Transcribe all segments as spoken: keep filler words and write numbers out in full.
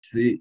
C'est...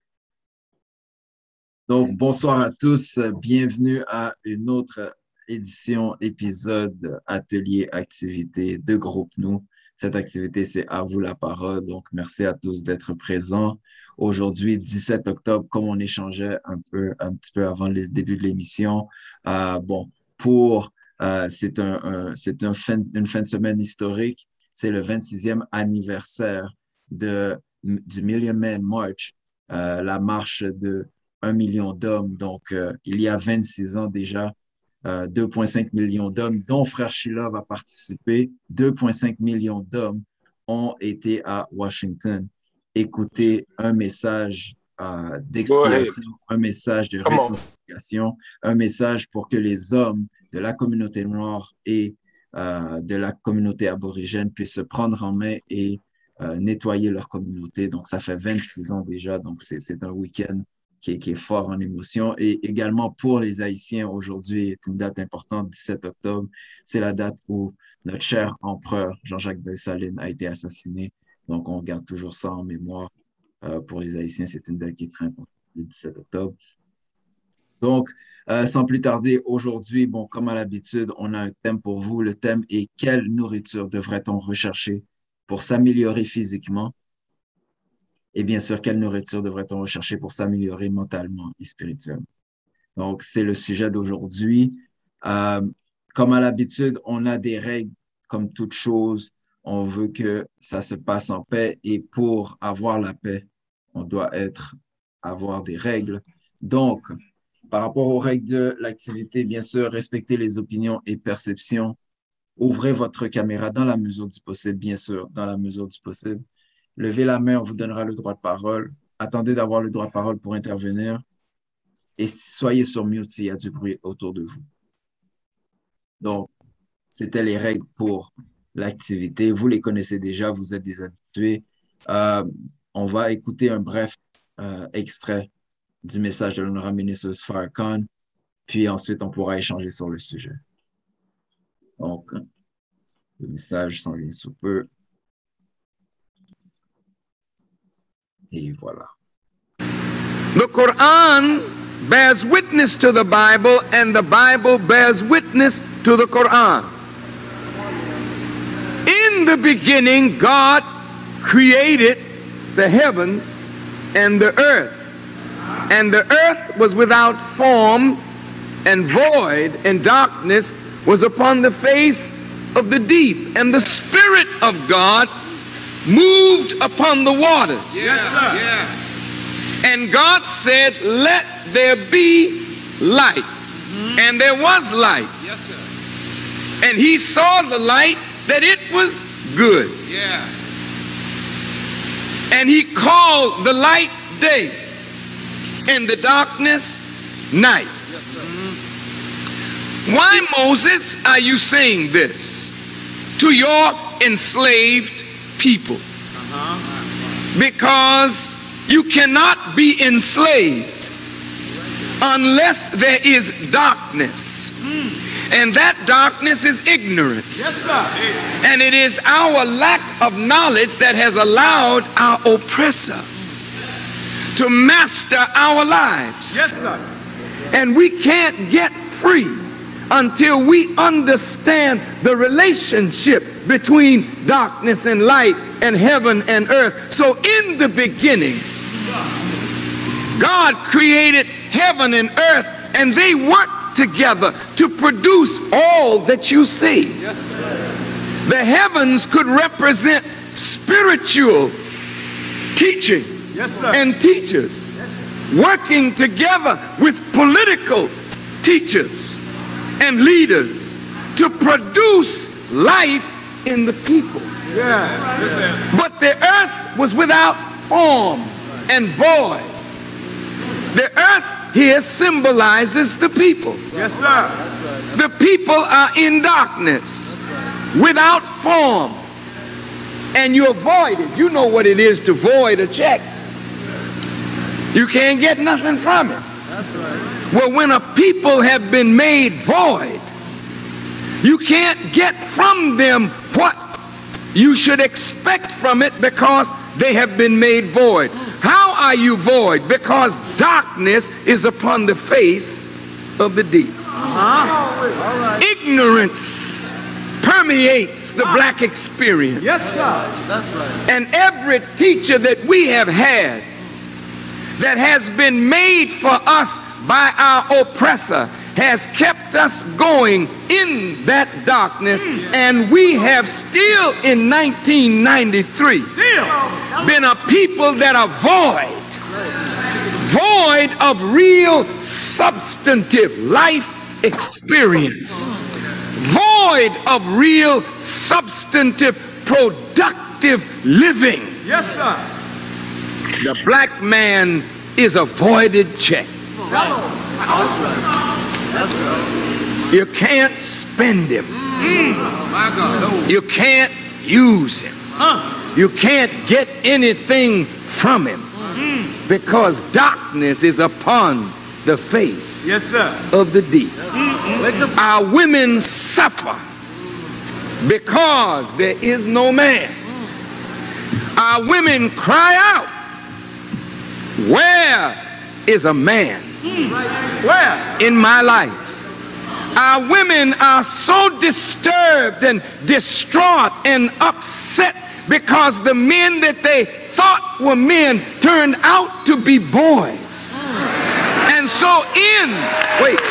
Donc, bonsoir à tous. Bienvenue à une autre édition, épisode, atelier, activité de Groupe Nous. Cette activité, c'est à vous la parole. Donc, merci à tous d'être présents. Aujourd'hui, dix-sept octobre, comme on échangeait un peu, un petit peu avant le début de l'émission. Euh, bon, pour, euh, c'est un, un, c'est un fin, une fin de semaine historique. C'est le vingt-sixième anniversaire de, du Million Man March, euh, la marche de un million d'hommes. Donc, euh, il y a vingt-six ans déjà, euh, deux virgule cinq millions d'hommes, dont Frère Shilov a participé. deux virgule cinq millions d'hommes ont été à Washington écouter un message euh, d'expiation, un message de réconciliation, un message pour que les hommes de la communauté noire et euh, de la communauté aborigène puissent se prendre en main et euh, nettoyer leur communauté. Donc, ça fait vingt-six ans déjà. Donc, c'est, c'est un week-end qui est, qui est fort en émotion. Et également pour les Haïtiens, aujourd'hui est une date importante, dix-sept octobre. C'est la date où notre cher empereur Jean-Jacques Dessalines a été assassiné. Donc, on garde toujours ça en mémoire. Euh, pour les Haïtiens, c'est une date qui est très importante, le dix-sept octobre. Donc, euh, sans plus tarder, aujourd'hui, bon, comme à l'habitude, on a un thème pour vous. Le thème est « Quelle nourriture devrait-on rechercher pour s'améliorer physiquement? » Et bien sûr, quelle nourriture devrait-on rechercher pour s'améliorer mentalement et spirituellement? Donc, c'est le sujet d'aujourd'hui. Euh, comme à l'habitude, on a des règles comme toute chose. On veut que ça se passe en paix et pour avoir la paix, on doit être, avoir des règles. Donc, par rapport aux règles de l'activité, bien sûr, respectez les opinions et perceptions. Ouvrez votre caméra dans la mesure du possible, bien sûr, dans la mesure du possible. Levez la main, on vous donnera le droit de parole. Attendez d'avoir le droit de parole pour intervenir. Et soyez sur mute s'il y a du bruit autour de vous. Donc, c'était les règles pour l'activité. Vous les connaissez déjà, vous êtes des habitués. Euh, on va écouter un bref euh, extrait du message de l'honorable ministre Farrakhan, puis ensuite on pourra échanger sur le sujet. Donc, le message s'en vient sous peu. Et voilà. The Quran bears witness to the Bible, and the Bible bears witness to the Quran. In the beginning, God created the heavens and the earth. And the earth was without form and void, and darkness was upon the face of the deep. And the Spirit of God moved upon the waters. Yes, sir. Yeah. And God said, let there be light. Mm-hmm. And there was light. Yes, sir. And he saw the light that it was good. Yeah. And he called the light day and the darkness night. Yes, sir. Mm-hmm. Why, Moses, are you saying this to your enslaved people? Uh-huh. Because you cannot be enslaved unless there is darkness. Mm. And that darkness is ignorance. Yes, sir. And it is our lack of knowledge that has allowed our oppressor to master our lives. Yes, sir. And we can't get free until we understand the relationship between darkness and light and heaven and earth. So in the beginning, God created heaven and earth, and they worked together to produce all that you see. Yes, sir. The heavens could represent spiritual teaching. Yes, sir. And teachers working together with political teachers and leaders to produce life in the people. Yeah. Yes, but the earth was without form and void. The earth here symbolizes the people. yes, sir. The people are in darkness, without form, and you're voided. You know what it is to void a check. You can't get nothing from it. That's right. Well, when a people have been made void, you can't get from them what you should expect from it because they have been made void. How are you void? Because darkness is upon the face of the deep. Uh-huh. Ignorance permeates the black experience. Yes, sir. That's right. And every teacher that we have had that has been made for us by our oppressor has kept us going in that darkness, and we have still in nineteen ninety-three been a people that are void, void of real substantive life experience, void of real substantive productive living. Yes, sir. The black man is a voided check. You can't spend him. You can't use him. You can't get anything from him because darkness is upon the face Yes, sir. of the deep. Our women suffer because there is no man. Our women cry out, where is a man Where? in my life? Our women are so disturbed and distraught and upset because the men that they thought were men turned out to be boys. And so in, wait,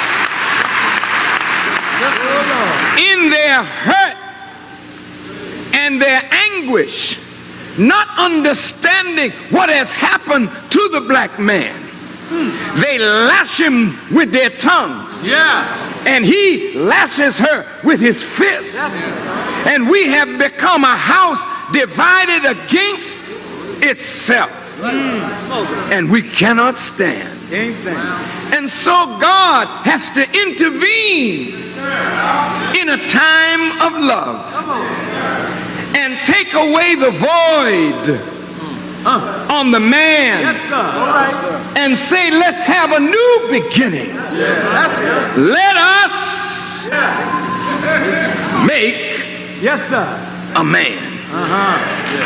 in their hurt and their anguish, not understanding what has happened to the black man, they lash him with their tongues. Yeah. And he lashes her with his fists. And we have become a house divided against itself. And we cannot stand. And so God has to intervene in a time of love and take away the void on the man. Yes, sir. All right. And say, let's have a new beginning. Yes, Let us make yes, sir. a man. Uh-huh.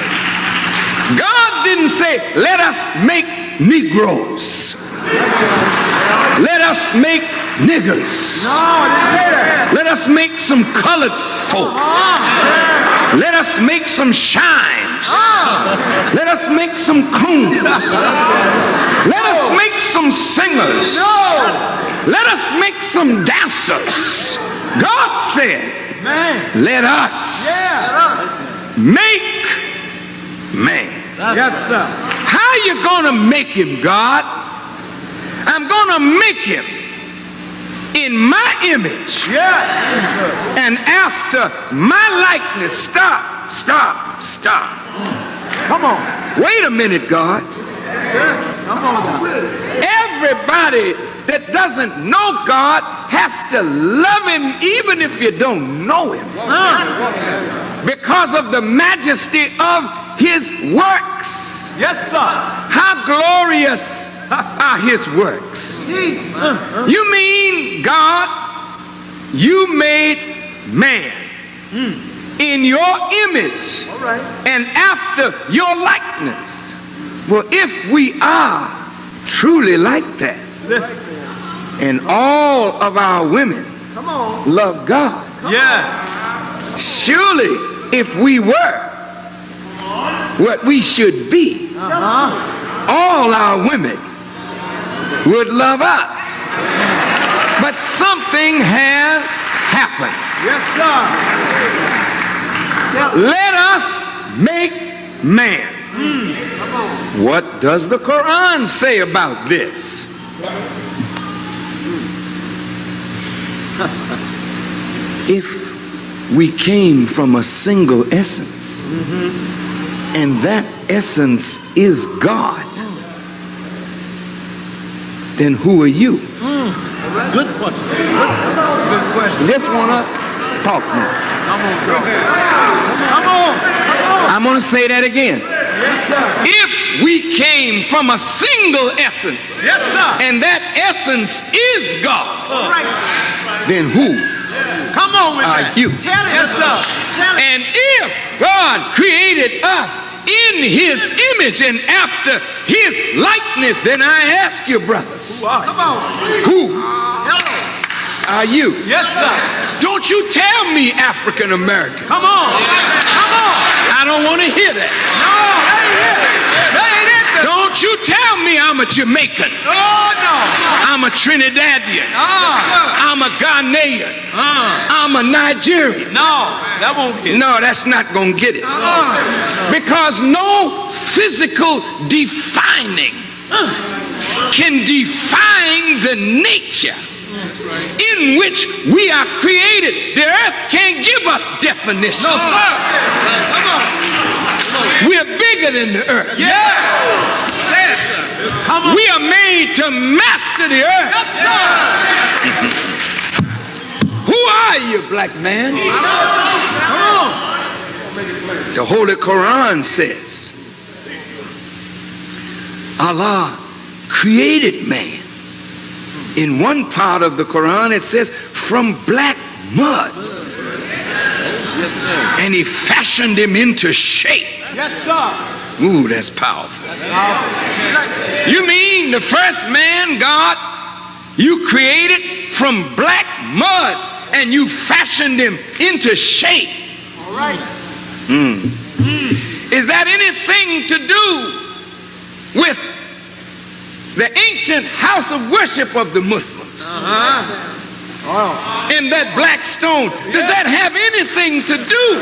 God didn't say, let us make Negroes. Let us make niggers. No, I didn't say that. Let us make some colored folk. Uh-huh. Let us make some shimes. Let us make some coons. Let us make some singers. Let us make some dancers. God said, Man. let us Yeah. make man. Yes, sir. How you gonna make him, God? I'm gonna make him in my image Yeah. Yes, sir. and after my likeness. Stop, stop, stop. Come on. Wait a minute, God. Come on now. Everybody that doesn't know God has to love him even if you don't know him, because of the majesty of his works. Yes, sir. How glorious are his works. You mean, God, you made man in your image and after your likeness. Well, if we are truly like that, Listen. and all of our women love God, Yeah. surely if we were what we should be, all our women would love us. But something has happened. Yes, sir. Let us make man. What does the Quran say about this? If we came from a single essence, and that essence is God, then who are you? Good question. Good question. This one up, talk now. Come on, talk. Come on. Come on. I'm going to say that again. Yes, sir. If we came from a single essence, Yes, sir. and that essence is God, All right. then who Come on with are that. you? Tell it. Yes, sir. And if God created us in his image and after his likeness, then I ask you, brothers, Come on. who are you? Yes, sir. Don't you tell me African American. Come on. Come on. I don't want to hear that. No, that ain't it. That ain't it. Don't you tell me I'm a Jamaican. Oh, no. I'm a Trinidadian. Ah. I'm a Ghanaian. Uh, I'm a Nigerian. no, that won't get it. No, that's not going to get it. Because no physical defining can define the nature in which we are created. The earth can't give us definition. No, sir. Come on. We're bigger than the earth. Yeah. Say it, sir. Come on. We are made to master the earth. Yes, sir. Who are you, black man? Come on. The Holy Quran says Allah created man. In one part of the Quran it says from black mud. Yes, sir. And he fashioned him into shape. Yes, sir. Ooh, that's powerful. You mean the first man, God, you created from black mud and you fashioned him into shape. All right. Mm. Mm. Is that anything to do with the ancient house of worship of the Muslims? Uh-huh. Wow. In that black stone, does that have anything to do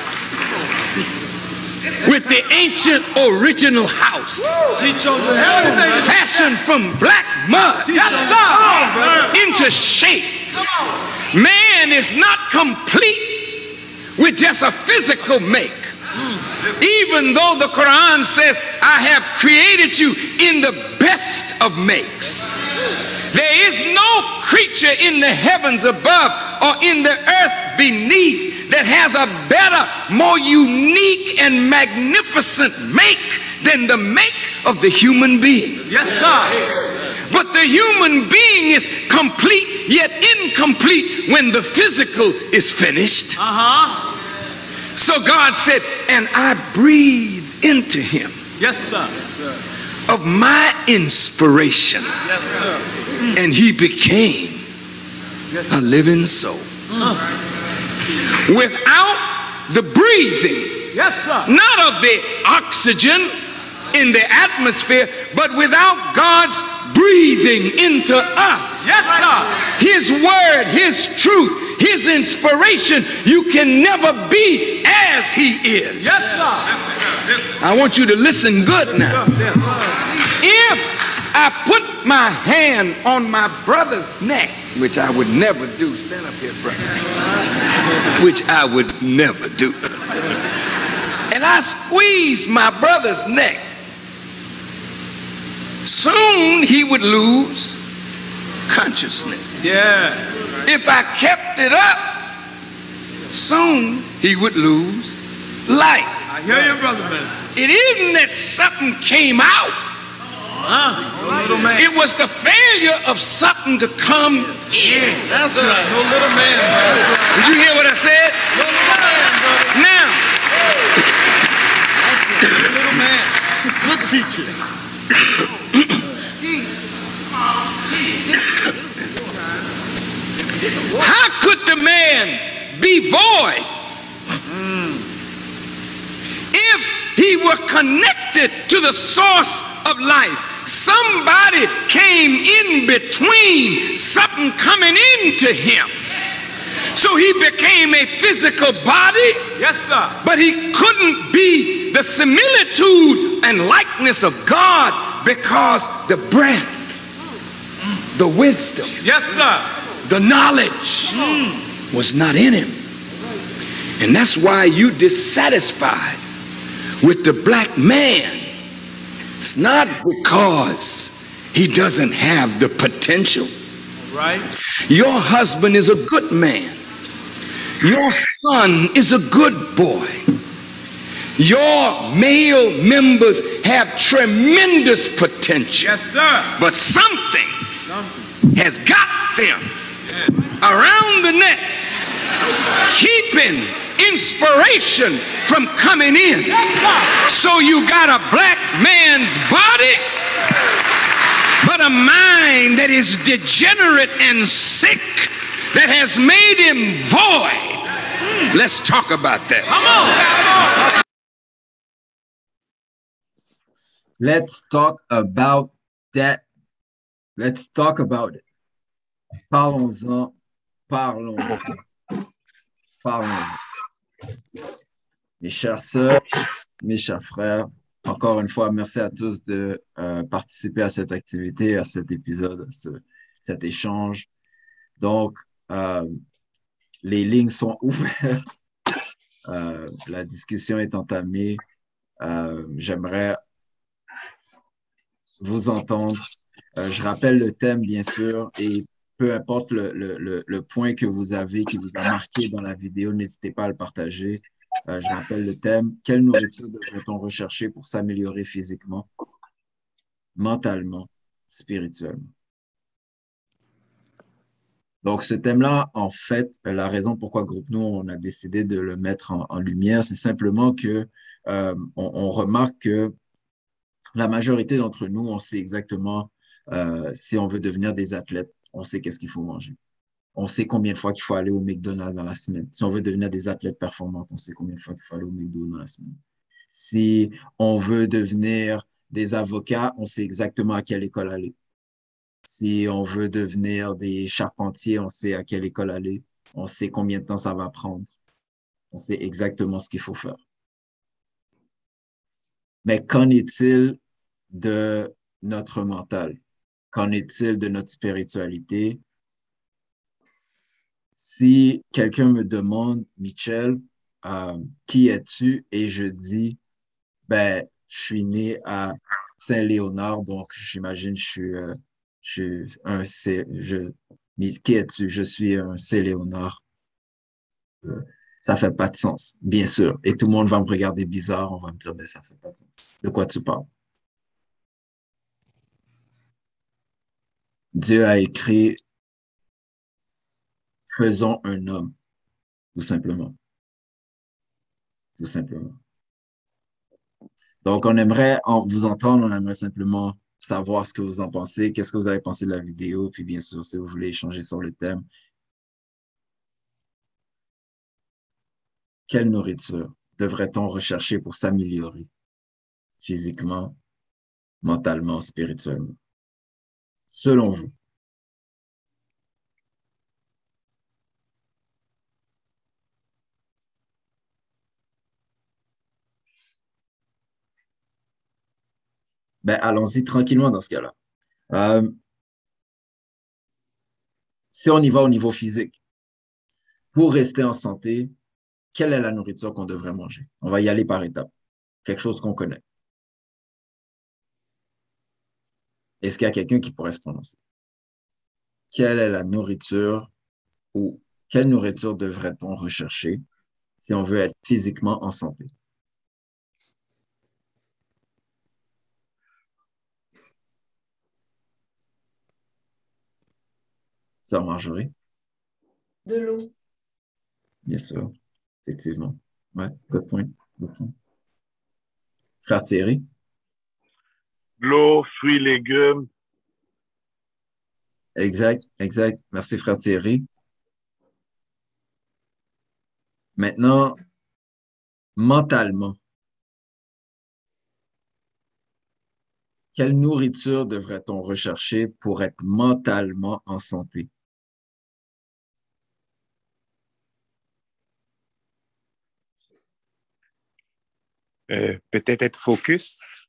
with the ancient original house? Teach on this. Everything. Fashioned from black mud Yes, sir. into shape. Man is not complete with just a physical make. Even though the Quran says, I have created you in the best of makes. There is no creature in the heavens above or in the earth beneath that has a better, more unique and magnificent make than the make of the human being. Yes, sir. But the human being is complete yet incomplete when the physical is finished. Uh-huh. So God said, and I breathed into him Yes, sir. Yes, sir. of my inspiration, Yes, sir. and he became a living soul. Without the breathing, Yes, sir. not of the oxygen in the atmosphere, but without God's breathing into us, Yes, sir. his word, his truth, his inspiration, you can never be as he is. Yes, sir. I want you to listen good now. If I put my hand on my brother's neck, which I would never do, stand up here, brother, which I would never do, and I squeeze my brother's neck, soon he would lose consciousness. Yeah. If I kept it up, soon he would lose life. I hear you, brother, man. It isn't that something came out. Huh? Little man. It was the failure of something to come in. That's right. No little man. That's right. Did you hear what I said? No little man, brother. Now, No little man. Good teacher. how could the man be void if he were connected to the source of life? Somebody came in between, something coming into him. So he became a physical body, Yes, sir. but he couldn't be the similitude and likeness of God because the breath, the wisdom, Yes, sir. the knowledge was not in him. And that's why you dissatisfied with the black man. It's not because he doesn't have the potential. Right. Your husband is a good man. Your son is a good boy. Your male members have tremendous potential. Yes, sir. But something Something. has got them around the neck, keeping inspiration from coming in. So you got a black man's body, but a mind that is degenerate and sick, that has made him void. Let's talk about that. Come on. Let's talk about that. Let's talk about it. Parlons-en. Parlons-en. Parlons-en. Mes chères sœurs, mes chers frères, encore une fois, merci à tous de euh, participer à cette activité, à cet épisode, à ce, cet échange. Donc, euh, les lignes sont ouvertes. Euh, la discussion est entamée. Euh, j'aimerais vous entendre. Euh, je rappelle le thème, bien sûr, et peu importe le, le, le, le point que vous avez, qui vous a marqué dans la vidéo, n'hésitez pas à le partager. Euh, je rappelle le thème. Quelle nourriture devrait-on rechercher pour s'améliorer physiquement, mentalement, spirituellement? Donc, ce thème-là, en fait, la raison pourquoi Groupe Nous, on a décidé de le mettre en, en lumière, c'est simplement que euh, on, on remarque que la majorité d'entre nous, on sait exactement euh, si on veut devenir des athlètes, on sait qu'est-ce qu'il faut manger. On sait combien de fois qu'il faut aller au McDonald's dans la semaine. Si on veut devenir des athlètes performants, on sait combien de fois qu'il faut aller au McDo dans la semaine. Si on veut devenir des avocats, on sait exactement à quelle école aller. Si on veut devenir des charpentiers, on sait à quelle école aller. On sait combien de temps ça va prendre. On sait exactement ce qu'il faut faire. Mais qu'en est-il de notre mental? Qu'en est-il de notre spiritualité? Si quelqu'un me demande, Michel, euh, qui es-tu? Et je dis, ben, je suis né à Saint-Léonard, donc j'imagine je suis, euh, je suis un C, je, mais qui es-tu? Je suis un C-Léonard. Euh, ça fait pas de sens, bien sûr. Et tout le monde va me regarder bizarre, on va me dire, ben, ça fait pas de sens. De quoi tu parles? Dieu a écrit, faisons un homme, tout simplement. Tout simplement. Donc, on aimerait en, vous entendre, on aimerait simplement savoir ce que vous en pensez, qu'est-ce que vous avez pensé de la vidéo, puis bien sûr, si vous voulez échanger sur le thème, quelle nourriture devrait-on rechercher pour s'améliorer physiquement, mentalement, spirituellement, selon vous? Ben, allons-y tranquillement dans ce cas-là. Euh, si on y va au niveau physique, pour rester en santé, quelle est la nourriture qu'on devrait manger? On va y aller par étapes. Quelque chose qu'on connaît. Est-ce qu'il y a quelqu'un qui pourrait se prononcer? Quelle est la nourriture ou quelle nourriture devrait-on rechercher si on veut être physiquement en santé? Sœur Marjorie? De l'eau. Bien sûr, effectivement. Ouais, good point. Good point. Frère Thierry? L'eau, fruits, légumes. Exact, exact. Merci, frère Thierry. Maintenant, mentalement, quelle nourriture devrait-on rechercher pour être mentalement en santé? Euh, peut-être être focus.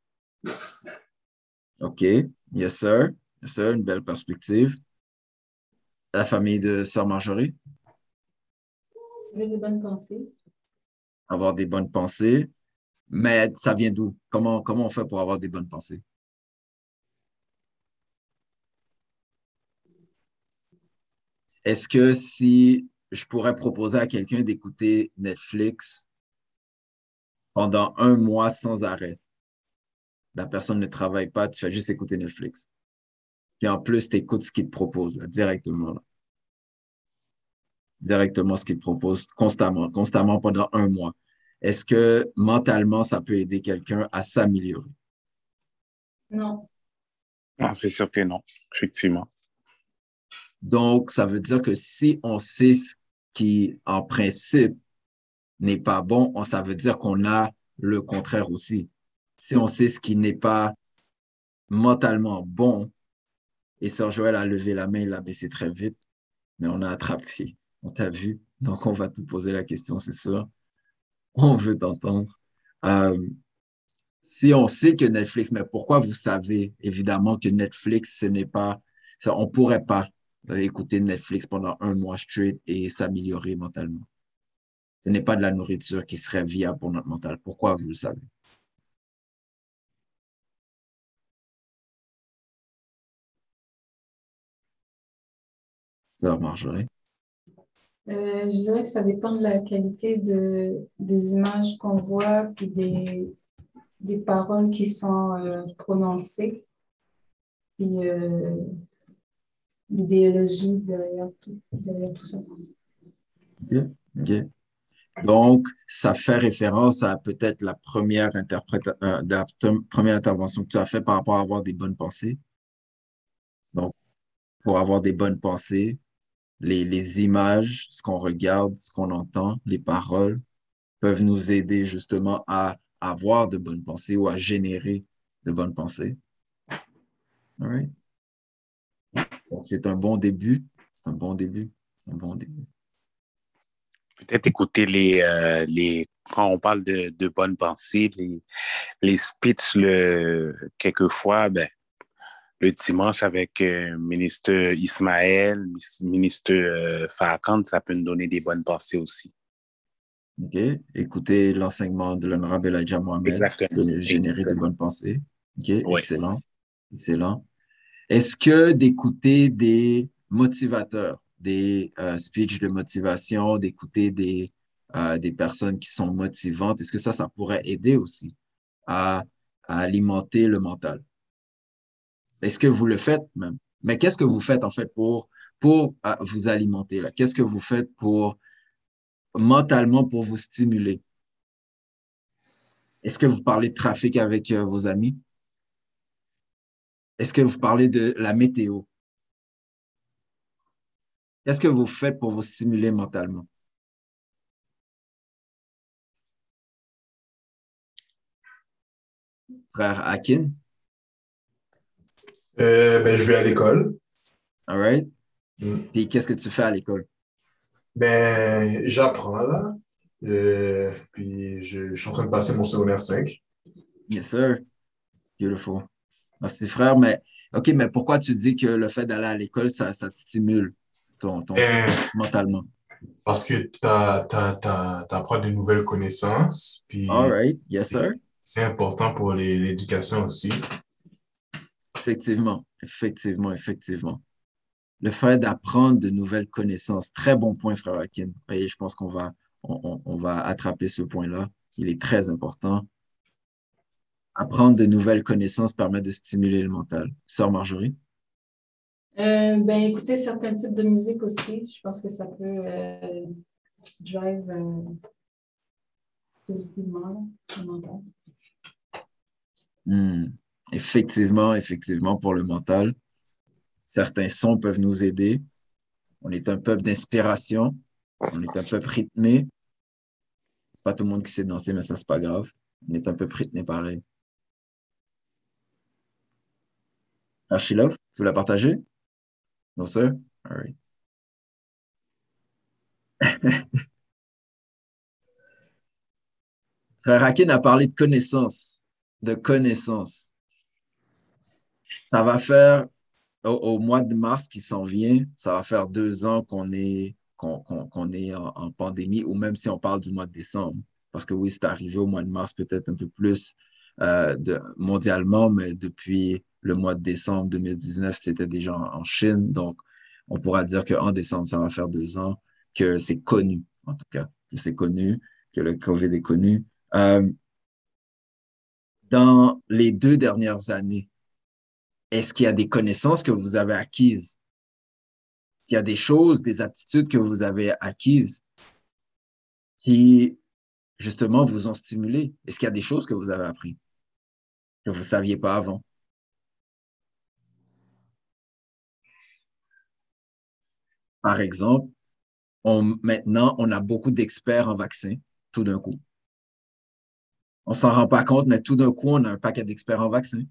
OK. Yes, sir. Yes, sir. Une belle perspective. La famille de Sœur Marjorie? Avec de bonnes pensées. Avoir des bonnes pensées. Mais ça vient d'où? Comment, comment on fait pour avoir des bonnes pensées? Est-ce que si je pourrais proposer à quelqu'un d'écouter Netflix pendant un mois sans arrêt, la personne ne travaille pas, tu fais juste écouter Netflix. Puis en plus, tu écoutes ce qu'il te propose là, directement. Là. directement ce qu'ils proposent constamment, constamment pendant un mois. Est-ce que mentalement, ça peut aider quelqu'un à s'améliorer? Non. Non, c'est sûr que non, effectivement. Donc, ça veut dire que si on sait ce qui, en principe, n'est pas bon, on- ça veut dire qu'on a le contraire aussi. Si on sait ce qui n'est pas mentalement bon, et Sœur Joël a levé la main, il l'a baissé très vite, mais on a attrapé, on t'a vu, donc on va te poser la question, c'est sûr. On veut t'entendre. Euh, si on sait que Netflix, mais pourquoi vous savez évidemment que Netflix, ce n'est pas, ça, on ne pourrait pas euh, écouter Netflix pendant un mois straight et s'améliorer mentalement. Ce n'est pas de la nourriture qui serait viable pour notre mental. Pourquoi vous le savez? Ça, Marjorie. Euh, je dirais que ça dépend de la qualité de, des images qu'on voit, puis des, des paroles qui sont euh, prononcées, puis euh, l'idéologie derrière tout, derrière tout ça. OK, OK. Donc, ça fait référence à peut-être la première interpréta- euh, la t- première intervention que tu as fait par rapport à avoir des bonnes pensées. Donc, pour avoir des bonnes pensées, les, les images, ce qu'on regarde, ce qu'on entend, les paroles peuvent nous aider justement à avoir de bonnes pensées ou à générer de bonnes pensées. All right? Donc, c'est un bon début. C'est un bon début. C'est un bon début. Peut-être écouter les, euh, les, quand on parle de, de bonnes pensées, les, les speeches, le, quelquefois, ben, le dimanche avec euh, ministre Ismaël, ministre euh, Farrakhan, ça peut nous donner des bonnes pensées aussi. OK? Écoutez l'enseignement de l'honorable Elijah Mohamed peut Exactement. nous générer de Exactement. bonnes pensées. OK? Oui. Excellent. Excellent. Est-ce que d'écouter des motivateurs, des euh, speeches de motivation, d'écouter des, euh, des personnes qui sont motivantes, est-ce que ça, ça pourrait aider aussi à, à alimenter le mental? Est-ce que vous le faites même? Mais qu'est-ce que vous faites en fait pour, pour euh, vous alimenter là? Qu'est-ce que vous faites pour mentalement pour vous stimuler? Est-ce que vous parlez de trafic avec euh, vos amis? Est-ce que vous parlez de la météo? Qu'est-ce que vous faites pour vous stimuler mentalement? Frère Hakim, Euh, ben, je vais à l'école. all right? Mm. Puis qu'est-ce que tu fais à l'école? Ben, j'apprends là. Euh, puis je, je suis en train de passer mon secondaire cinq. Yes, sir. Beautiful. Merci, frère. Mais, OK, mais pourquoi tu dis que le fait d'aller à l'école, ça, ça te stimule ton, ton, Ben, mentalement? parce que tu apprends de nouvelles connaissances. All Puis right. Yes, sir. c'est important pour les- l'éducation aussi. Effectivement. Effectivement, effectivement. Le fait d'apprendre de nouvelles connaissances. Très bon point, frère Hakim. Vous voyez, je pense qu'on va, on, on- on va attraper ce point-là. Il est très important. Apprendre de nouvelles connaissances permet de stimuler le mental. Sœur Marjorie? Euh, ben, écouter certains types de musique aussi, je pense que ça peut euh, drive euh, positivement là, le mental. Hmm. Effectivement, effectivement, pour le mental, certains sons peuvent nous aider. On est un peuple d'inspiration. On est un peuple rythmé. C'est pas tout le monde qui sait danser, mais ça, c'est pas grave. On est un peu rythmé pareil. Archilov, tu veux la partager? Non, sir? All right. Frère Hakin a parlé de connaissance. De connaissance. Ça va faire, au, au mois de mars qui s'en vient, ça va faire deux ans qu'on est, qu'on, qu'on, qu'on est en, en pandémie, ou même si on parle du mois de décembre. Parce que oui, c'est arrivé au mois de mars, peut-être un peu plus euh, de, mondialement, mais depuis le mois de décembre deux mille dix-neuf, c'était déjà en, en Chine. Donc, on pourra dire qu'en décembre, ça va faire deux ans, que c'est connu, en tout cas, que c'est connu, que le COVID est connu. Euh, dans les deux dernières années, est-ce qu'il y a des connaissances que vous avez acquises qu'il y a des choses, des aptitudes que vous avez acquises qui, justement, vous ont stimulé? Est-ce qu'il y a des choses que vous avez apprises que vous ne saviez pas avant? Par exemple, on, maintenant, on a beaucoup d'experts en vaccins, tout d'un coup. On ne s'en rend pas compte, mais tout d'un coup, on a un paquet d'experts en vaccins.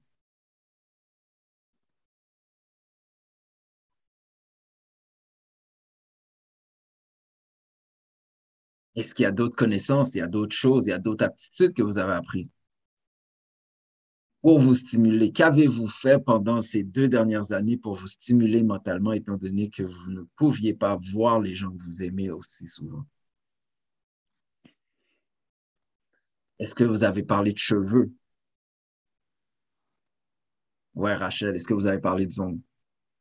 Est-ce qu'il y a d'autres connaissances, il y a d'autres choses, il y a d'autres aptitudes que vous avez apprises pour vous stimuler? Qu'avez-vous fait pendant ces deux dernières années pour vous stimuler mentalement, étant donné que vous ne pouviez pas voir les gens que vous aimez aussi souvent? Est-ce que vous avez parlé de cheveux? Ouais, Rachel, est-ce que vous avez parlé de ongles?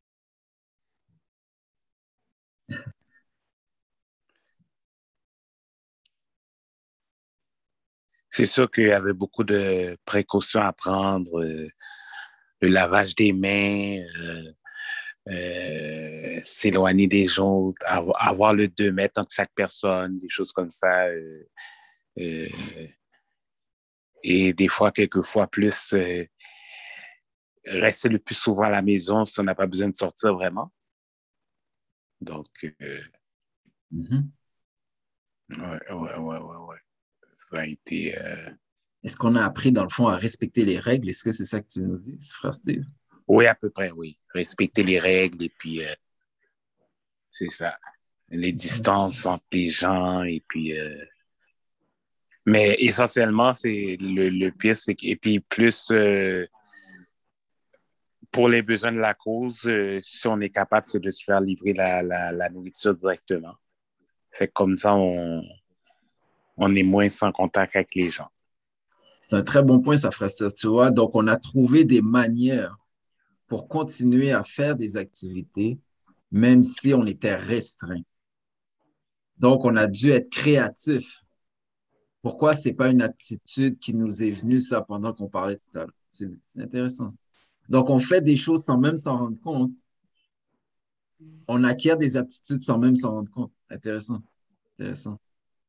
C'est sûr qu'il y avait beaucoup de précautions à prendre, euh, le lavage des mains, euh, euh, s'éloigner des gens, avoir, avoir le deux mètres entre chaque personne, des choses comme ça. Euh, euh, et des fois, quelquefois, plus euh, rester le plus souvent à la maison si on n'a pas besoin de sortir vraiment. Donc, euh, Mm-hmm. ouais, ouais, ouais, ouais, ouais. Ça a été... Euh... Est-ce qu'on a appris, dans le fond, à respecter les règles? Est-ce que c'est ça que tu nous dis, frère Steve? Oui, à peu près, oui. Respecter les règles et puis, euh, c'est ça. Les distances entre les gens et puis... Euh... Mais essentiellement, c'est le, le pire, c'est que... Et puis plus... Euh... Pour les besoins de la cause, euh, si on est capable de se faire livrer la, la, la nourriture directement. Fait que comme ça, on, on est moins sans contact avec les gens. C'est un très bon point, ça, frère Steve, tu vois. Donc, on a trouvé des manières pour continuer à faire des activités, même si on était restreint. Donc, on a dû être créatif. Pourquoi ce n'est pas une aptitude qui nous est venue, ça, pendant qu'on parlait tout à l'heure? C'est, c'est intéressant. Donc, on fait des choses sans même s'en rendre compte. On acquiert des aptitudes sans même s'en rendre compte. Intéressant. Intéressant.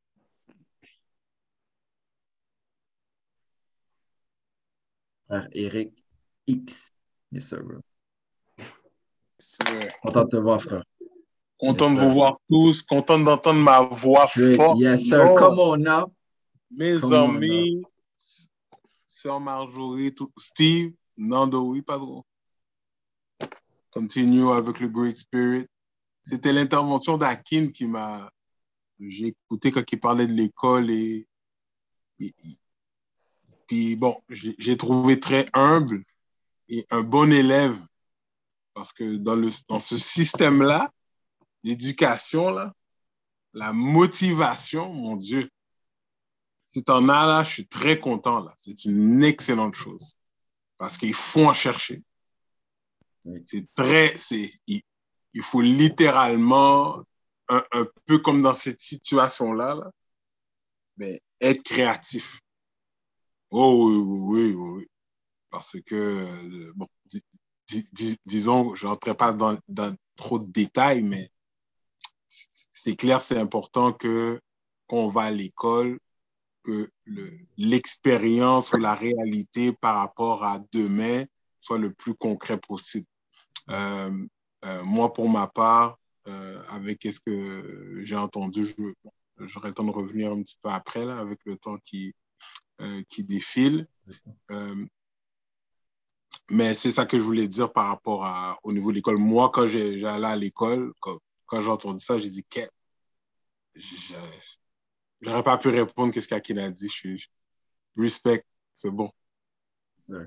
Frère Eric X. Yes, sir, bro. C'est... Content de te voir, frère. Content Yes, de sir. vous voir tous, content d'entendre ma voix Straight. forte. Yes, sir. Non. Come on now. Mes Come on amis, Sœur Marjorie, tout... Steve, Nando, oui, pas trop. Continue avec le Great Spirit. C'était l'intervention d'Akin qui m'a... J'ai écouté quand il parlait de l'école et... et... Puis bon, j'ai, j'ai trouvé très humble et un bon élève parce que dans, le, dans ce système-là, l'éducation, là, la motivation, mon Dieu, si tu en as là, je suis très content là. C'est une excellente chose parce qu'il faut en chercher. Oui. C'est très, c'est, il, il faut littéralement, un, un peu comme dans cette situation-là, là, mais être créatif. Oh oui, oui, oui, oui. Parce que, bon, dis, dis, disons, je n'entrerai pas dans, dans trop de détails, mais c'est clair, c'est important que quand on va à l'école, que le, l'expérience ou la réalité par rapport à demain soit le plus concret possible. Euh, euh, moi, pour ma part, euh, avec ce que j'ai entendu, je, j'aurai le temps de revenir un petit peu après, là, avec le temps qui, euh, qui défile. Euh, mais c'est ça que je voulais dire par rapport à, au niveau de l'école. Moi, quand j'ai, j'allais à l'école, quand, quand j'ai entendu ça, j'ai dit que je, j'aurais pas pu répondre qu'est-ce qu'Akin a dit. Je, je respect, c'est bon. Sir.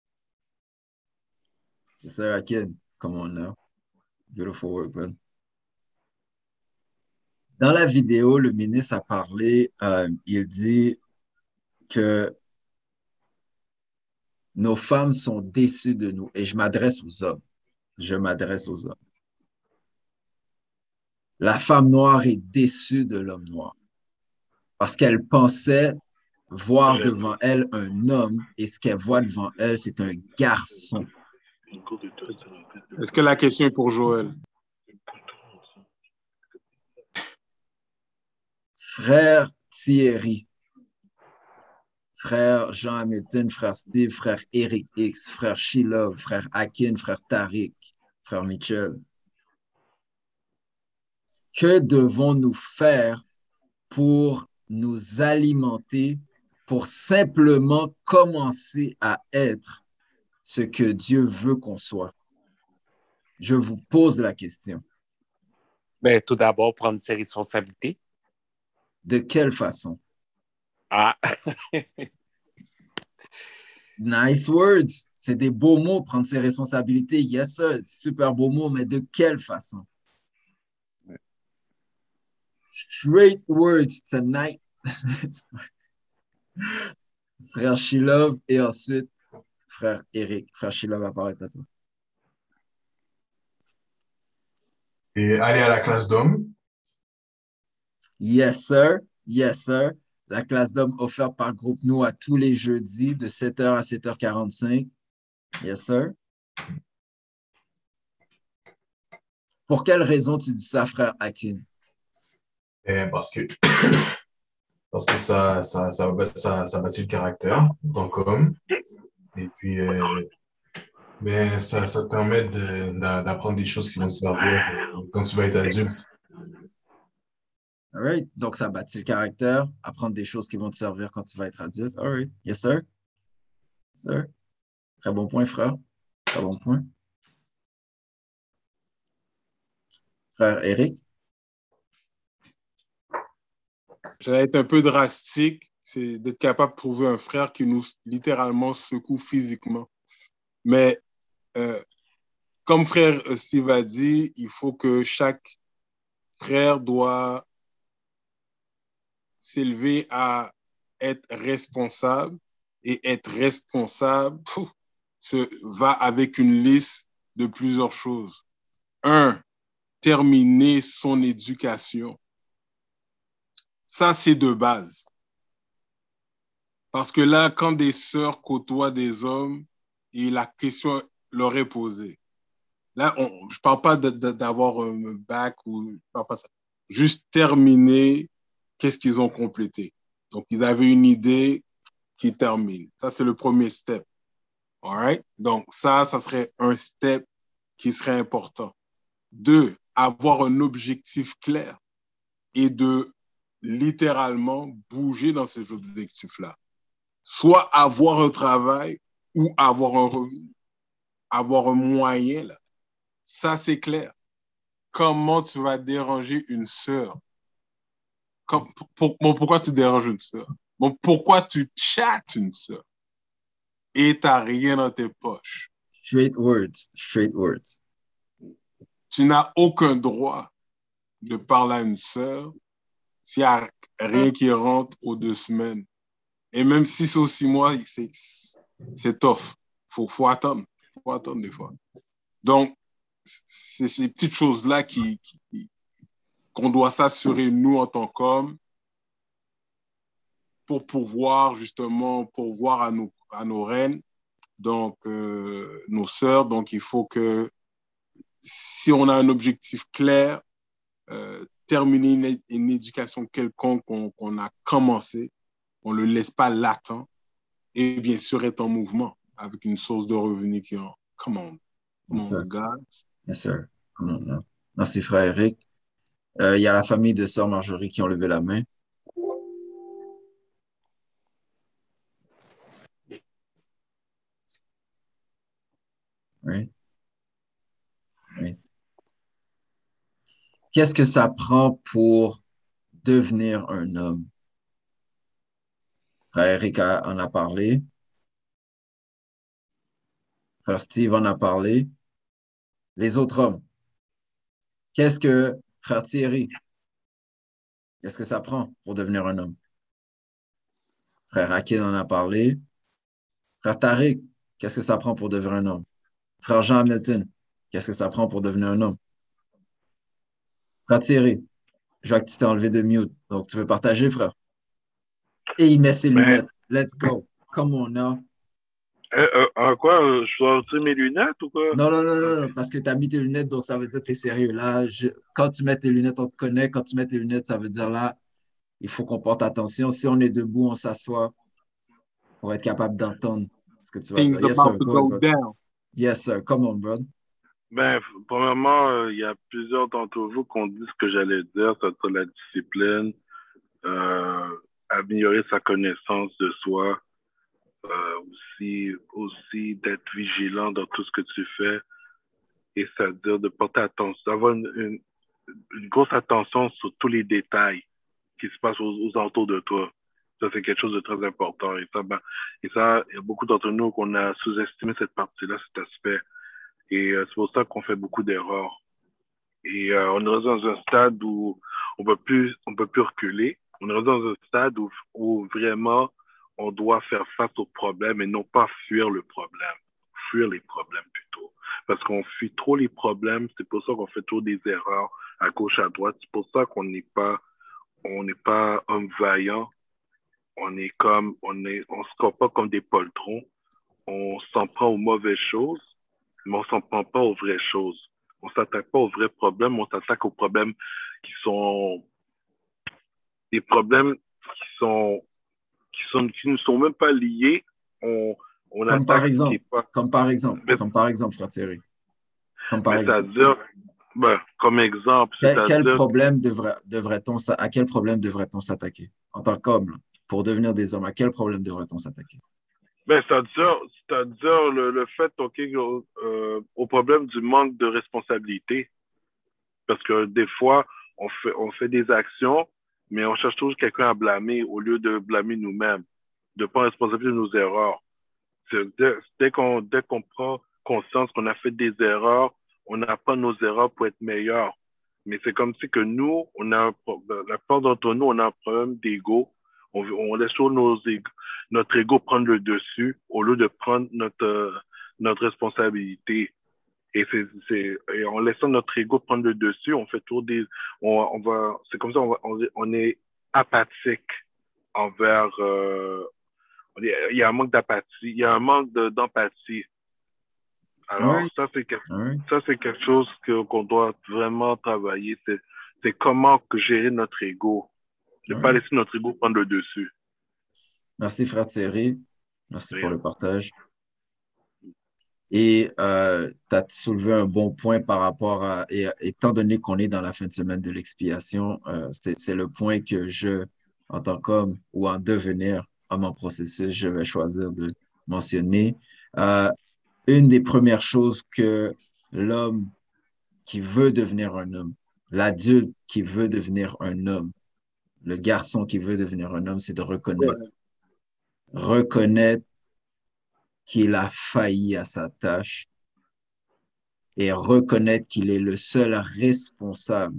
Yes, sir, Akin. Come on now. Beautiful work, man. Dans la vidéo, le ministre a parlé, euh, il dit que nos femmes sont déçues de nous. Et je m'adresse aux hommes. Je m'adresse aux hommes. La femme noire est déçue de l'homme noir parce qu'elle pensait voir devant elle un homme et ce qu'elle voit devant elle, c'est un garçon. Est-ce que la question est pour Joël? Frère Thierry, frère Jean Hamilton, frère Steve, frère Eric X, frère Shilov, frère Akin, frère Tariq, frère Mitchell. Que devons-nous faire pour nous alimenter, pour simplement commencer à être ce que Dieu veut qu'on soit? Je vous pose la question. Ben, tout d'abord, prendre ses responsabilités. De quelle façon? Ah, Nice words. C'est des beaux mots, prendre ses responsabilités. Yes, sir. Super beaux mots, mais de quelle façon? Straight words tonight. Frère Shilov et ensuite frère Eric. Frère Shilov apparaît à toi. Et aller à la classe d'hommes. Yes, sir. Yes, sir. La classe d'hommes offerte par Groupe Nous à tous les jeudis de sept heures à sept heures quarante-cinq. Yes, sir. Pour quelle raison tu dis ça, frère Akin? Et parce que, parce que ça, ça, ça, ça, ça bâtit le caractère d'un homme. Et puis, euh, mais ça, ça te permet de- d'a- d'apprendre des choses qui vont te servir quand tu vas être adulte. All right. Donc, ça bâtit le caractère, apprendre des choses qui vont te servir quand tu vas être adulte. All right. Yes, sir. Yes, sir. Très bon point, frère. Très bon point. Frère Eric? J'allais être un peu drastique, c'est d'être capable de trouver un frère qui nous littéralement secoue physiquement. Mais euh, comme frère Steve a dit, il faut que chaque frère doit s'élever à être responsable et être responsable pouf, se, va avec une liste de plusieurs choses. Un, terminer son éducation. Ça, c'est de base. Parce que là, quand des sœurs côtoient des hommes, et la question leur est posée. Là, on, je ne parle pas de, de, d'avoir un bac ou je parle pas de ça. Juste terminer, qu'est-ce qu'ils ont complété. Donc, ils avaient une idée qui termine. Ça, c'est le premier step. All right? Donc, ça, ça serait un step qui serait important. Deux, avoir un objectif clair et de littéralement bouger dans ces objectifs-là. Soit avoir un travail ou avoir un revenu, avoir un moyen, là. Ça, c'est clair. Comment tu vas déranger une sœur? Comme, pour, bon, pourquoi tu déranges une sœur? Bon, pourquoi tu chattes une sœur? Et tu n'as rien dans tes poches. Straight words. Straight words. Tu n'as aucun droit de parler à une sœur s'il n'y a rien qui rentre aux deux semaines. Et même si c'est aux six mois, c'est, c'est tough. Il faut, faut attendre. faut attendre des fois. Donc, c'est ces petites choses-là qui, qui, qu'on doit s'assurer, nous, en tant qu'hommes, pour pouvoir, justement, pourvoir à nos, à nos reines, donc euh, nos sœurs. Donc, il faut que, si on a un objectif clair, euh, terminer une, une éducation quelconque qu'on, qu'on a commencé, on ne le laisse pas latent, et bien sûr être en mouvement, avec une source de revenus qui est en commande. Yes, Mon sir. gars. Yes, sir. Come on, now. Merci, frère Eric. Euh, Il y a la famille de sœur Marjorie qui ont levé la main. Right? Right. Qu'est-ce que ça prend pour devenir un homme? Frère Eric a- en a parlé. Frère Steve en a parlé. Les autres hommes. Qu'est-ce que, frère Thierry, qu'est-ce que ça prend pour devenir un homme? Frère Akin en a parlé. Frère Tariq, qu'est-ce que ça prend pour devenir un homme? Frère Jean Hamilton, qu'est-ce que ça prend pour devenir un homme? Frère Thierry, je vois que tu t'es enlevé de mute, donc tu veux partager, frère? Et il met ses Ben, lunettes. Let's go. Come on now. euh, euh, en quoi? euh, Je dois retirer mes lunettes ou quoi? Non, non, non, non, non, parce que tu as mis tes lunettes, donc ça veut dire que tu es sérieux. Là, je- quand tu mets tes lunettes, on te connaît. Quand tu mets tes lunettes, ça veut dire là, il faut qu'on porte attention. Si on est debout, on s'assoit pour être capable d'entendre ce que tu vas Things dire. Yes, about sir. to Go ahead, go go ahead. down. Yes, sir. Come on, bro. Ben, premièrement, euh, il y a plusieurs d'entre vous qui ont dit ce que j'allais dire, c'est la discipline, euh, améliorer sa connaissance de soi, euh, aussi, aussi d'être vigilant dans tout ce que tu fais, et c'est-à-dire de porter attention, d'avoir une, une, une grosse attention sur tous les détails qui se passent aux, aux alentours de toi. Ça, c'est quelque chose de très important. Et ça, ben, et ça, il y a beaucoup d'entre nous qu'on a sous-estimé cette partie-là, cet aspect. Et euh, c'est pour ça qu'on fait beaucoup d'erreurs. Et euh, on est rendu dans un stade où on peut plus, on peut plus reculer. On est rendu dans un stade où, où vraiment on doit faire face aux problèmes et non pas fuir le problème. Fuir les problèmes plutôt. Parce qu'on fuit trop les problèmes, c'est pour ça qu'on fait trop des erreurs à gauche, à droite. C'est pour ça qu'on n'est pas, on n'est pas homme vaillant. On est comme, on est, on se comporte pas comme des poltrons. On s'en prend aux mauvaises choses, mais on s'en prend pas aux vraies choses. On s'attaque pas aux vrais problèmes, on s'attaque aux problèmes qui sont des problèmes qui sont qui sont qui ne sont même pas liés. On, on Comme par attaque ce qui exemple, est pas. comme par exemple, Mais, comme par exemple, frère Thierry. Comme par mais exemple. c'est-à-dire, ben, comme exemple, Quel, c'est-à-dire. quel problème devrait, devrait-on, s'a- à quel problème devrait-on s'attaquer en tant qu'homme, là, pour devenir des hommes? À quel problème devrait-on s'attaquer? Ben, c'est-à-dire, c'est-à-dire le, le fait, OK, euh, au problème du manque de responsabilité. Parce que des fois, on fait, on fait des actions, mais on cherche toujours quelqu'un à blâmer au lieu de blâmer nous-mêmes, de prendre responsabilité de nos erreurs. C'est, dès, dès qu'on, dès qu'on prend conscience qu'on a fait des erreurs, on apprend nos erreurs pour être meilleurs. Mais c'est comme si que nous, on a un, la plupart d'entre nous, on a un problème d'ego. On, on laisse toujours nos ego, notre ego prendre le dessus au lieu de prendre notre, notre responsabilité. Et, c'est, c'est, et en laissant notre ego prendre le dessus, on fait toujours des, on, on va, c'est comme ça, on, va, on, on est apathique envers, euh, on est, il y a un manque d'apathie, il y a un manque de, d'empathie. Alors, All right. ça, c'est quelque, All right. ça, c'est quelque chose que, qu'on doit vraiment travailler. C'est, c'est comment gérer notre ego. Ne All pas right. laisser notre ego prendre le dessus. Merci, frère Thierry. Merci pour Rien. le partage. Et euh, tu as soulevé un bon point par rapport à, et, étant donné qu'on est dans la fin de semaine de l'expiation, euh, c'est, c'est le point que je, en tant qu'homme ou en devenir, homme en processus, je vais choisir de mentionner. Euh, une des premières choses que l'homme qui veut devenir un homme, l'adulte qui veut devenir un homme, le garçon qui veut devenir un homme, c'est de reconnaître. Reconnaître qu'il a failli à sa tâche et reconnaître qu'il est le seul responsable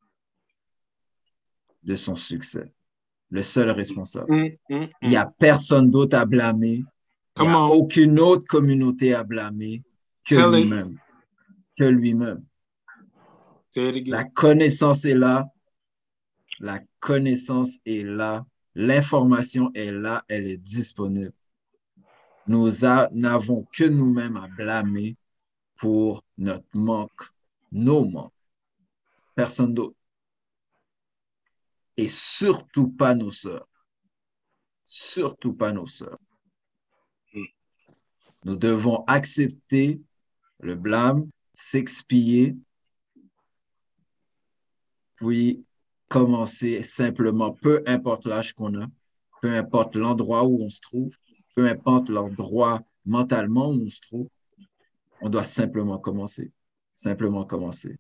de son succès. Le seul responsable. Mm, mm, mm. Il n'y a personne d'autre à blâmer. Il n'y Come a on. aucune autre communauté à blâmer que Tell it. lui-même. Que lui-même. Say it again. La connaissance est là. La connaissance est là. L'information est là. Elle est disponible. Nous a- n'avons que nous-mêmes à blâmer pour notre manque, nos manques. Personne d'autre. Et surtout pas nos sœurs. Surtout pas nos sœurs. Nous devons accepter le blâme, s'expier, puis commencer simplement, peu importe l'âge qu'on a, peu importe l'endroit où on se trouve, peu importe l'endroit mentalement où on se trouve, on doit simplement commencer. Simplement commencer.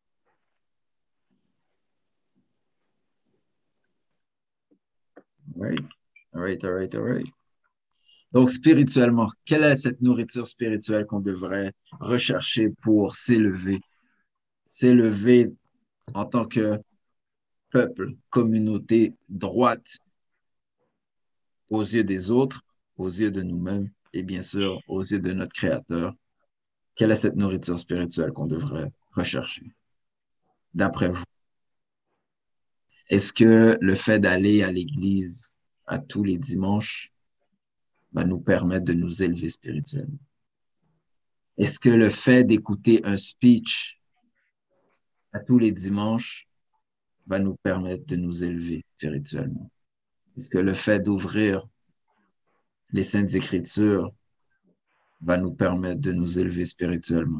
All right, all right, all right, all right. Donc, spirituellement, quelle est cette nourriture spirituelle qu'on devrait rechercher pour s'élever? S'élever en tant que peuple, communauté droite aux yeux des autres, aux yeux de nous-mêmes et bien sûr aux yeux de notre Créateur. Quelle est cette nourriture spirituelle qu'on devrait rechercher, d'après vous? Est-ce que le fait d'aller à l'église à tous les dimanches va nous permettre de nous élever spirituellement? Est-ce que le fait d'écouter un speech à tous les dimanches va nous permettre de nous élever spirituellement. Parce que le fait d'ouvrir les Saintes Écritures va nous permettre de nous élever spirituellement.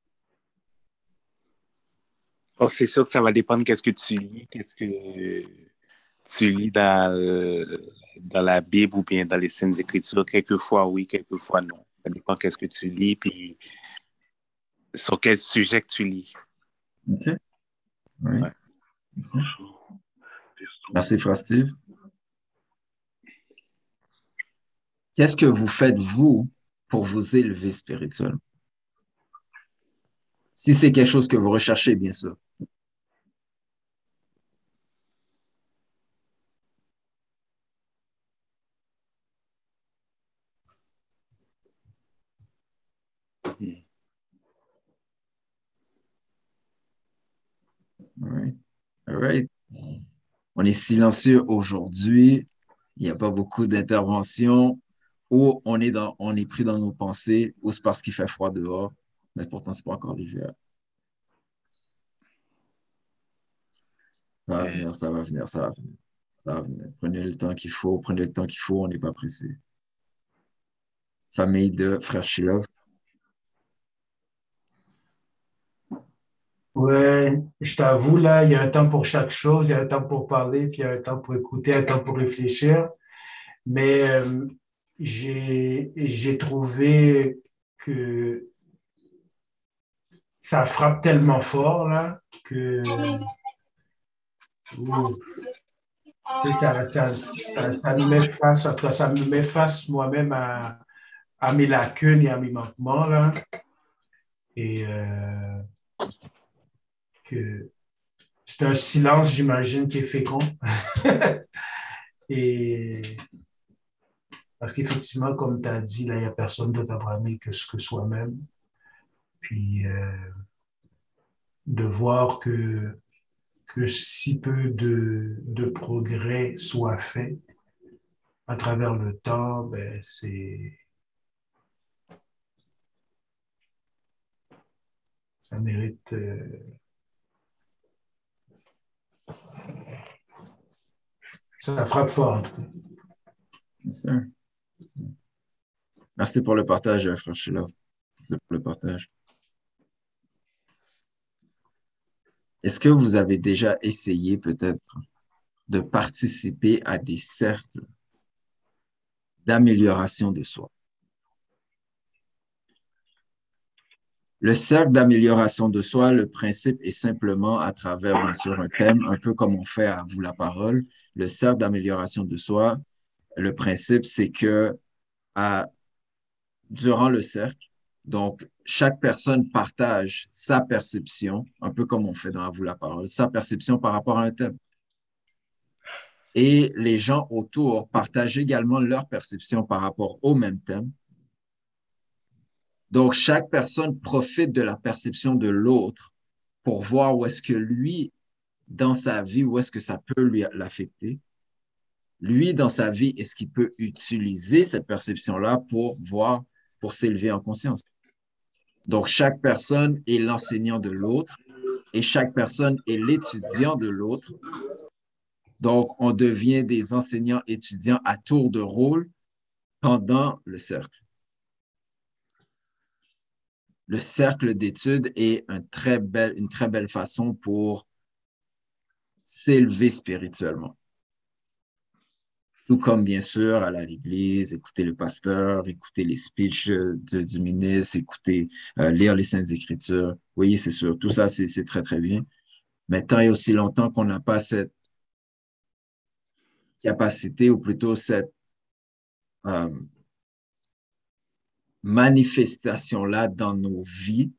Oh, c'est sûr que ça va dépendre qu'est-ce que tu lis, qu'est-ce que tu lis dans, euh, dans la Bible ou bien dans les Saintes Écritures. Quelquefois oui, quelquefois non. Ça dépend qu'est-ce que tu lis puis sur quel sujet que tu lis. OK. Oui. Ouais. Merci. Merci, Frère Steve. Qu'est-ce que vous faites, vous, pour vous élever spirituellement? Si c'est quelque chose que vous recherchez, bien sûr. Hmm. All right. All right. On est silencieux aujourd'hui. Il n'y a pas beaucoup d'interventions. Ou on est dans, on est pris dans nos pensées, ou c'est parce qu'il fait froid dehors, mais pourtant, c'est pas encore l'hiver. Ça va Euh, venir, ça va venir, ça va venir. Ça va venir. Prenez le temps qu'il faut, prenez le temps qu'il faut, on n'est pas pressé. Famille de Frère Shilov. Ouais, je t'avoue, là, il y a un temps pour chaque chose, il y a un temps pour parler, puis il y a un temps pour écouter, un temps pour réfléchir. Mais euh, j'ai, j'ai trouvé que ça frappe tellement fort, là, que ouh, tu sais, ça, ça, ça, ça me met face, en tout cas, ça me met face moi-même à, à mes lacunes et à mes manquements, là. Et euh, que c'est un silence, j'imagine, qui est fécond. Et parce qu'effectivement, comme tu as dit, là, il n'y a personne d'autre à bramer que ce que soi-même. Puis euh, de voir que, que si peu de, de progrès soit fait à travers le temps, ben, c'est, ça mérite. Euh, ça frappe fort, en tout cas. Bien sûr. Merci pour le partage, Frère Shilov. Merci pour le partage. Est-ce que vous avez déjà essayé peut-être de participer à des cercles d'amélioration de soi? Le cercle d'amélioration de soi, le principe est simplement à travers, bien sûr, un thème, un peu comme on fait à Vous la parole. Le cercle d'amélioration de soi, le principe, c'est que à, durant le cercle, donc, chaque personne partage sa perception, un peu comme on fait dans À vous la parole, sa perception par rapport à un thème. Et les gens autour partagent également leur perception par rapport au même thème. Donc, chaque personne profite de la perception de l'autre pour voir où est-ce que lui, dans sa vie, où est-ce que ça peut lui l'affecter. Lui, dans sa vie, est-ce qu'il peut utiliser cette perception-là pour voir, pour s'élever en conscience? Donc, chaque personne est l'enseignant de l'autre et chaque personne est l'étudiant de l'autre. Donc, on devient des enseignants-étudiants à tour de rôle pendant le cercle. Le cercle d'études est une très belle, une très belle façon pour s'élever spirituellement. Tout comme, bien sûr, aller à l'église, écouter le pasteur, écouter les speeches de, du ministre, écouter, euh, lire les Saintes Écritures. Oui, c'est sûr, tout ça, c'est très, très bien. Mais tant et aussi longtemps qu'on n'a pas cette capacité, ou plutôt cette euh, manifestation-là dans nos vies,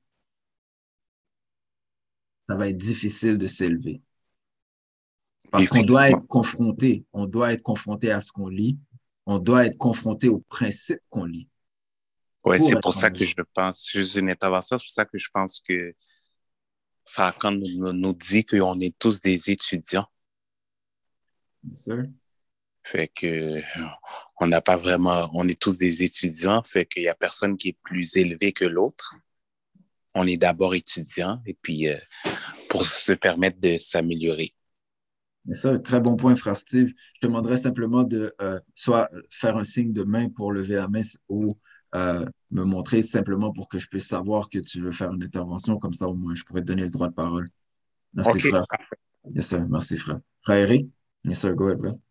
ça va être difficile de s'élever. Parce qu'on doit être confronté, on doit être confronté à ce qu'on lit, on doit être confronté aux principes qu'on lit. Oui, c'est pour ça que je pense, juste une intervention, c'est pour ça que je pense que Farrakhan nous, nous dit qu'on est tous des étudiants. Bien sûr. Fait que on n'a pas vraiment, on est tous des étudiants, fait qu'il n'y a personne qui est plus élevé que l'autre. On est d'abord étudiant et puis euh, pour se permettre de s'améliorer. Mais ça, très bon point, frère Steve. Je te demanderais simplement de euh, soit faire un signe de main pour lever la main ou euh, me montrer simplement pour que je puisse savoir que tu veux faire une intervention. Comme ça, au moins, je pourrais te donner le droit de parole. Merci, OK. frère. Yes, sir. Merci, frère. Frère Eric? Yes, sir. Go ahead, bro.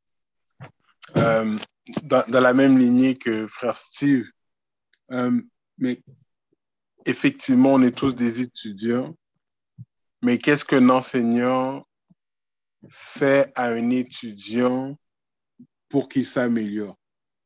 Euh, dans, dans la même lignée que frère Steve, euh, mais effectivement, on est tous des étudiants, mais qu'est-ce qu'un enseignant fait à un étudiant pour qu'il s'améliore?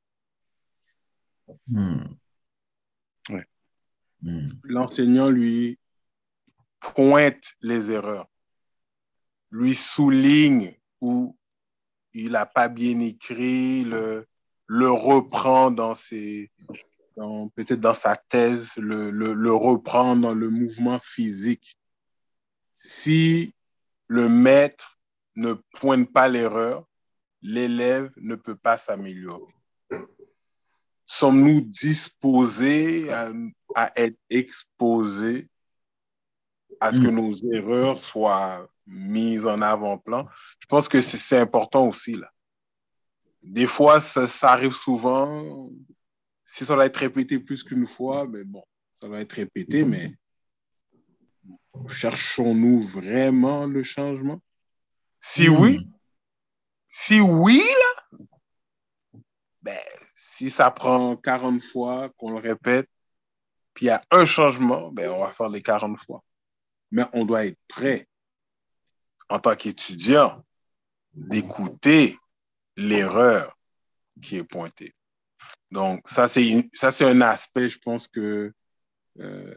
Hmm. Ouais. Hmm. L'enseignant, lui, pointe les erreurs, lui souligne où il n'a pas bien écrit, le, le reprend dans ses, dans, peut-être dans sa thèse, le, le, le reprend dans le mouvement physique. Si le maître ne pointe pas l'erreur, l'élève ne peut pas s'améliorer. Sommes-nous disposés à, à être exposés à ce que Hmm. nos erreurs soient mises en avant-plan? Je pense que c'est important aussi, là. Des fois, ça, ça arrive souvent. Si ça va être répété plus qu'une fois, mais bon, ça va être répété, mais cherchons-nous vraiment le changement? Si oui, Hmm. si oui, là, ben, si ça prend quarante fois qu'on le répète, puis il y a un changement, ben, on va faire les quarante fois. Mais on doit être prêt, en tant qu'étudiant, d'écouter l'erreur qui est pointée. Donc, ça, c'est, ça, c'est un aspect, je pense que euh,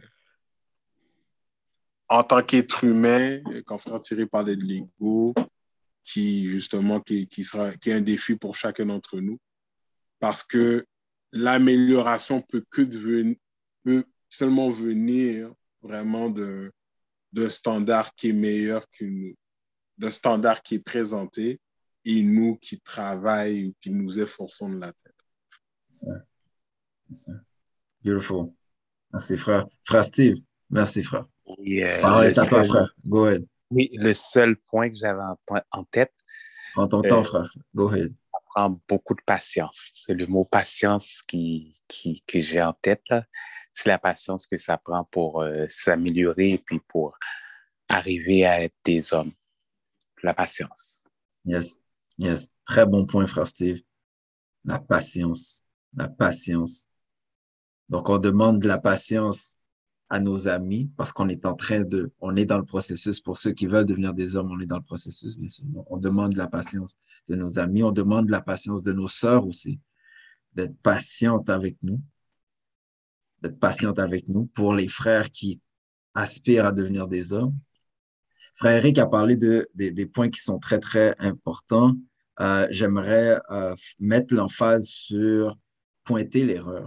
en tant qu'être humain, quand Frère Thierry parlait de l'ego, qui justement qui, qui, sera, qui est un défi pour chacun d'entre nous, parce que l'amélioration peut que devenir, peut seulement venir vraiment de, d'un standard qui est meilleur que nous, d'un standard qui est présenté et nous qui travaillons ou qui nous efforçons de la tête. Ça, ça. Beautiful. Merci, frère. Frère Steve. Merci, frère. Et, euh, Parole le est à toi, seul, frère. Go ahead. oui, le seul point que j'avais en, en tête, Prends ton temps, euh, frère. Go ahead. ça prend beaucoup de patience. C'est le mot patience qui, qui, que j'ai en tête, là. C'est la patience que ça prend pour euh, s'améliorer et puis pour arriver à être des hommes. La patience. Yes. Yes. Très bon point, frère Steve. La patience. La patience. Donc, on demande de la patience à nos amis parce qu'on est en train de, on est dans le processus. Pour ceux qui veulent devenir des hommes, on est dans le processus, bien sûr. On demande de la patience de nos amis, on demande de la patience de nos sœurs aussi, d'être patiente avec nous, d'être patiente avec nous pour les frères qui aspirent à devenir des hommes. Frère Eric a parlé de, des, des points qui sont très, très importants. Euh, j'aimerais euh, mettre l'emphase sur pointer l'erreur.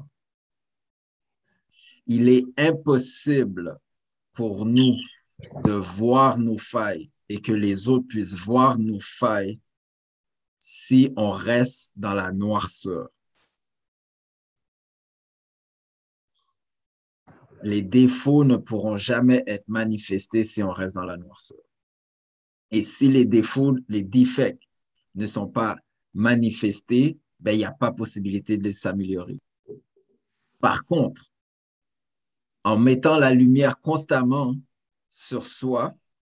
Il est impossible pour nous de voir nos failles et que les autres puissent voir nos failles si on reste dans la noirceur. Les défauts ne pourront jamais être manifestés si on reste dans la noirceur. Et si les défauts, les defects ne sont pas manifestés, ben, il n'y a pas possibilité de s'améliorer. Par contre, en mettant la lumière constamment sur soi,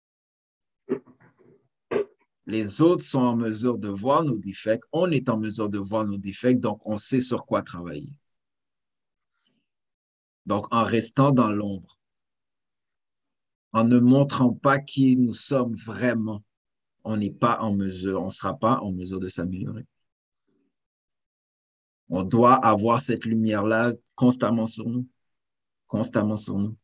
les autres sont en mesure de voir nos défects, on est en mesure de voir nos défects, donc on sait sur quoi travailler. Donc, en restant dans l'ombre, en ne montrant pas qui nous sommes vraiment, on n'est pas en mesure, on ne sera pas en mesure de s'améliorer. On doit avoir cette lumière-là constamment sur nous, constamment sur nous.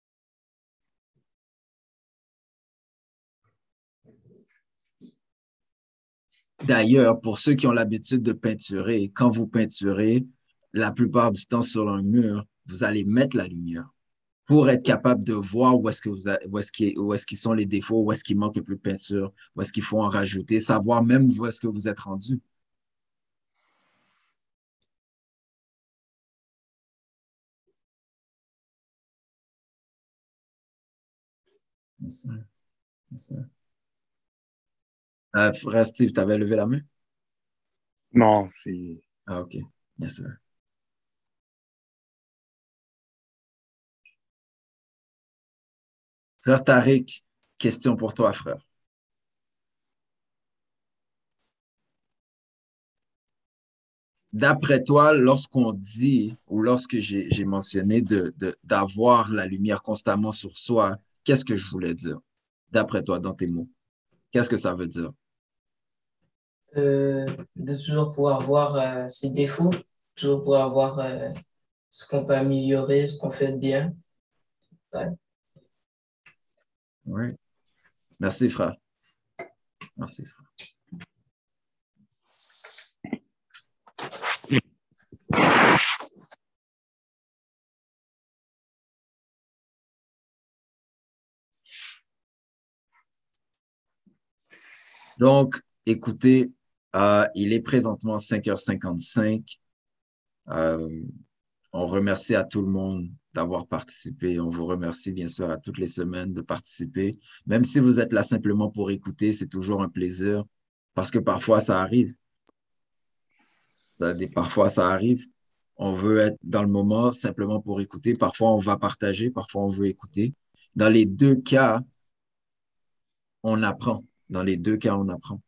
D'ailleurs, pour ceux qui ont l'habitude de peinturer, quand vous peinturez, la plupart du temps sur un mur, vous allez mettre la lumière pour être capable de voir où est-ce que vous a, où est-ce qui, où est-ce qu'ils sont les défauts, où est-ce qu'il manque un peu de peinture, où est-ce qu'il faut en rajouter, savoir même où est-ce que vous êtes rendu. C'est ça, c'est ça. Euh, frère Steve, tu avais levé la main? Non, c'est... Ah, OK. Yes, sir. Frère Tariq, question pour toi, frère. D'après toi, lorsqu'on dit ou lorsque j'ai j'ai mentionné de, de- d'avoir la lumière constamment sur soi, qu'est-ce que je voulais dire? D'après toi, dans tes mots, qu'est-ce que ça veut dire? Euh, de toujours pouvoir voir euh, ses défauts, toujours pouvoir voir euh, ce qu'on peut améliorer, ce qu'on fait de bien. Ouais. Oui. Merci, frère. Merci, frère. Donc, écoutez, euh, il est présentement cinq heures cinquante-cinq. Euh, on remercie à tout le monde d'avoir participé. On vous remercie bien sûr à toutes les semaines de participer. Même si vous êtes là simplement pour écouter, c'est toujours un plaisir parce que parfois ça arrive. Ça, des- parfois ça arrive. On veut être dans le moment simplement pour écouter. Parfois on va partager, parfois on veut écouter. Dans les deux cas, on apprend. Dans les deux cas, on apprend.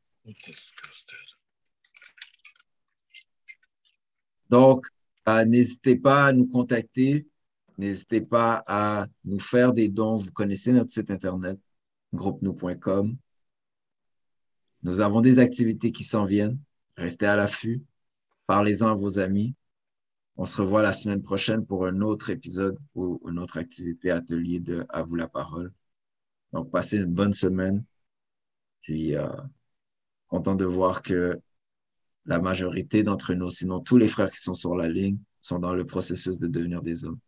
Donc, euh, n'hésitez pas à nous contacter. N'hésitez pas à nous faire des dons. Vous connaissez notre site Internet, groupe nous point com. Nous avons des activités qui s'en viennent. Restez à l'affût. Parlez-en à vos amis. On se revoit la semaine prochaine pour un autre épisode ou une autre activité atelier de À vous la parole. Donc, passez une bonne semaine. Puis, euh, content de voir que la majorité d'entre nous, sinon tous les frères qui sont sur la ligne, sont dans le processus de devenir des hommes.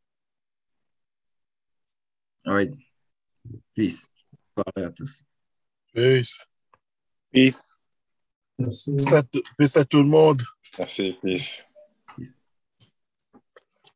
All right. Peace. Bonne soirée à tous. Peace. Peace. Merci. Peace à, tout- peace à tout le monde. Merci, peace.